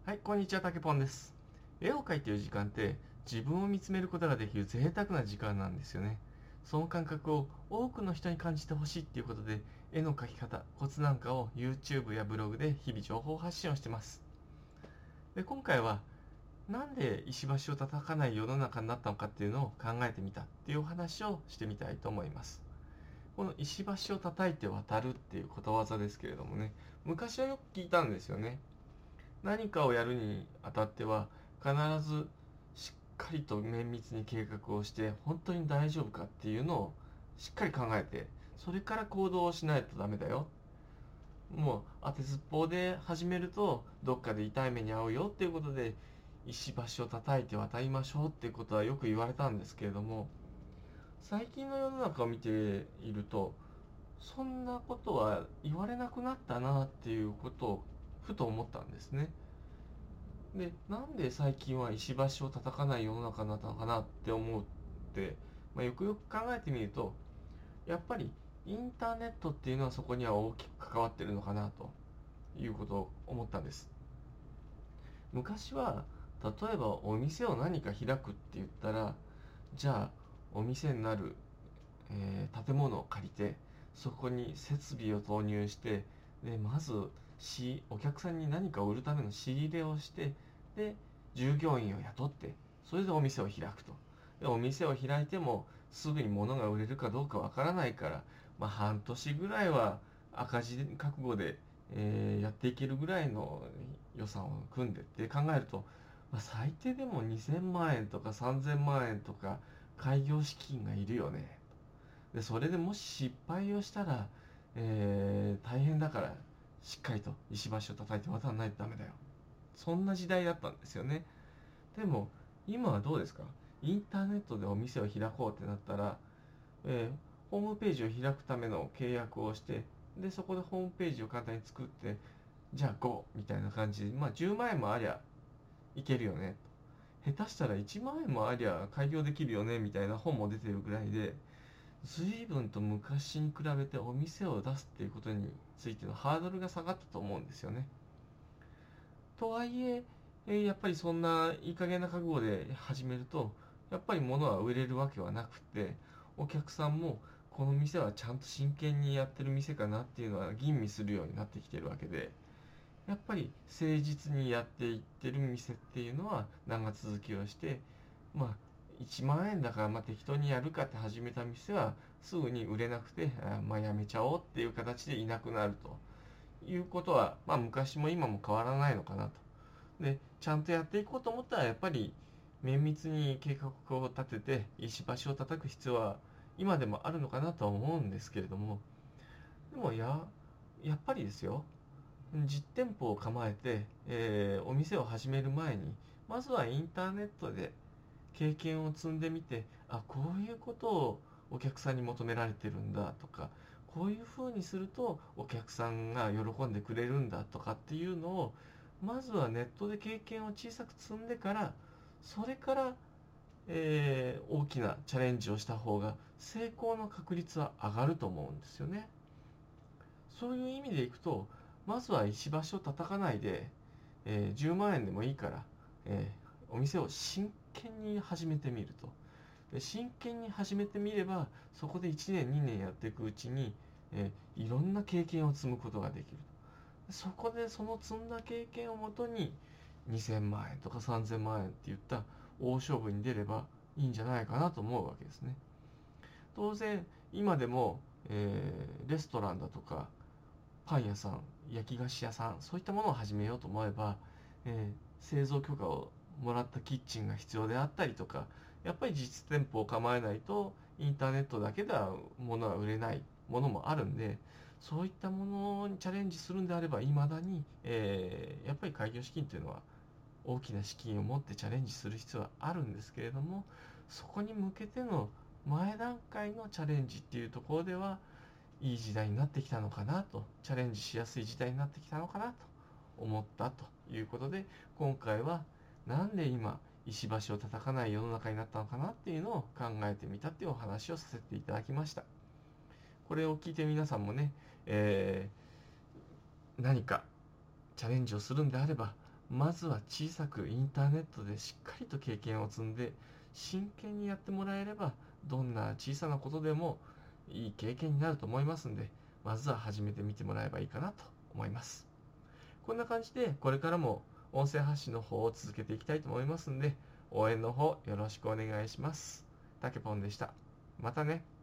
はい、こんにちは、たけぽんです。絵を描いている時間って自分を見つめることができる贅沢な時間なんですよね。その感覚を多くの人に感じてほしいっていうことで、絵の描き方、コツなんかを YouTube やブログで日々情報発信をしてます。で、今回はなんで石橋を叩かない世の中になったのかっていうのを考えてみたっていうお話をしてみたいと思います。この石橋を叩いて渡るっていうことわざですけれどもね、昔はよく聞いたんですよね。何かをやるにあたっては必ずしっかりと綿密に計画をして本当に大丈夫かっていうのをしっかり考えて、それから行動をしないとダメだよ。もう当てずっぽうで始めるとどっかで痛い目に遭うよっていうことで、石橋を叩いて渡りましょうっていうことはよく言われたんですけれども、最近の世の中を見ているとそんなことは言われなくなったなっていうことをふと思ったんですね。で、なんで最近は石橋を叩かない世の中になったのかなって思って、よくよく考えてみると、やっぱりインターネットっていうのはそこには大きく関わってるのかなということを思ったんです。昔は、例えばお店を何か開くって言ったら、じゃあお店になる、建物を借りて、そこに設備を投入して、でまずお客さんに何かを売るための仕入れをして、で従業員を雇って、それでお店を開くと。でお店を開いてもすぐに物が売れるかどうかわからないから、半年ぐらいは赤字覚悟で、やっていけるぐらいの予算を組んでって考えると、最低でも2000万円とか3000万円とか開業資金がいるよね。でそれでもし失敗をしたら、大変だからしっかりと石橋を叩いて渡らないとダメだよ。そんな時代だったんですよね。でも今はどうですか？インターネットでお店を開こうってなったら、ホームページを開くための契約をして、でそこでホームページを簡単に作って、じゃあ GO みたいな感じで、10万円もありゃいけるよね、下手したら1万円もありゃ開業できるよねみたいな本も出てるぐらいで、随分と昔に比べてお店を出すっていうことについてのハードルが下がったと思うんですよね。とはいえ、やっぱりそんないい加減な覚悟で始めると、やっぱり物は売れるわけはなくて、お客さんもこの店はちゃんと真剣にやってる店かなっていうのは吟味するようになってきてるわけで、やっぱり誠実にやっていってる店っていうのは長続きをして、1万円だから適当にやるかって始めた店はすぐに売れなくて、やめちゃおうっていう形でいなくなるということは、昔も今も変わらないのかなと。でちゃんとやっていこうと思ったらやっぱり綿密に計画を立てて石橋を叩く必要は今でもあるのかなとは思うんですけれども、でもやっぱりですよ、実店舗を構えて、お店を始める前にまずはインターネットで経験を積んでみて、こういうことをお客さんに求められてるんだとか、こういうふうにするとお客さんが喜んでくれるんだとかっていうのを、まずはネットで経験を小さく積んでから、それから、大きなチャレンジをした方が成功の確率は上がると思うんですよね。そういう意味でいくと、まずは石橋を叩かないで、10万円でもいいから、お店を真剣に始めてみると。で真剣に始めてみれば、そこで1年2年やっていくうちに、いろんな経験を積むことができる。そこでその積んだ経験をもとに2000万円とか3000万円っていった大勝負に出ればいいんじゃないかなと思うわけですね。当然今でも、レストランだとかパン屋さん、焼き菓子屋さん、そういったものを始めようと思えば、製造許可をもらったキッチンが必要であったりとか、やっぱり実店舗を構えないとインターネットだけでは物は売れないものもあるんで、そういったものにチャレンジするんであれば、いまだに、やっぱり開業資金というのは大きな資金を持ってチャレンジする必要はあるんですけれども、そこに向けての前段階のチャレンジっていうところではいい時代になってきたのかなと、チャレンジしやすい時代になってきたのかなと思ったということで、今回はなんで今石橋を叩かない世の中になったのかなっていうのを考えてみたっていうお話をさせていただきました。これを聞いて皆さんもね、何かチャレンジをするんであれば、 まずは小さくインターネットでしっかりと経験を積んで、真剣にやってもらえれば、どんな小さなことでもいい経験になると思いますんで、まずは始めてみてもらえばいいかなと思います。こんな感じで、これからも音声発信の方を続けていきたいと思いますんで、応援の方よろしくお願いします。たけぽんでした。またね。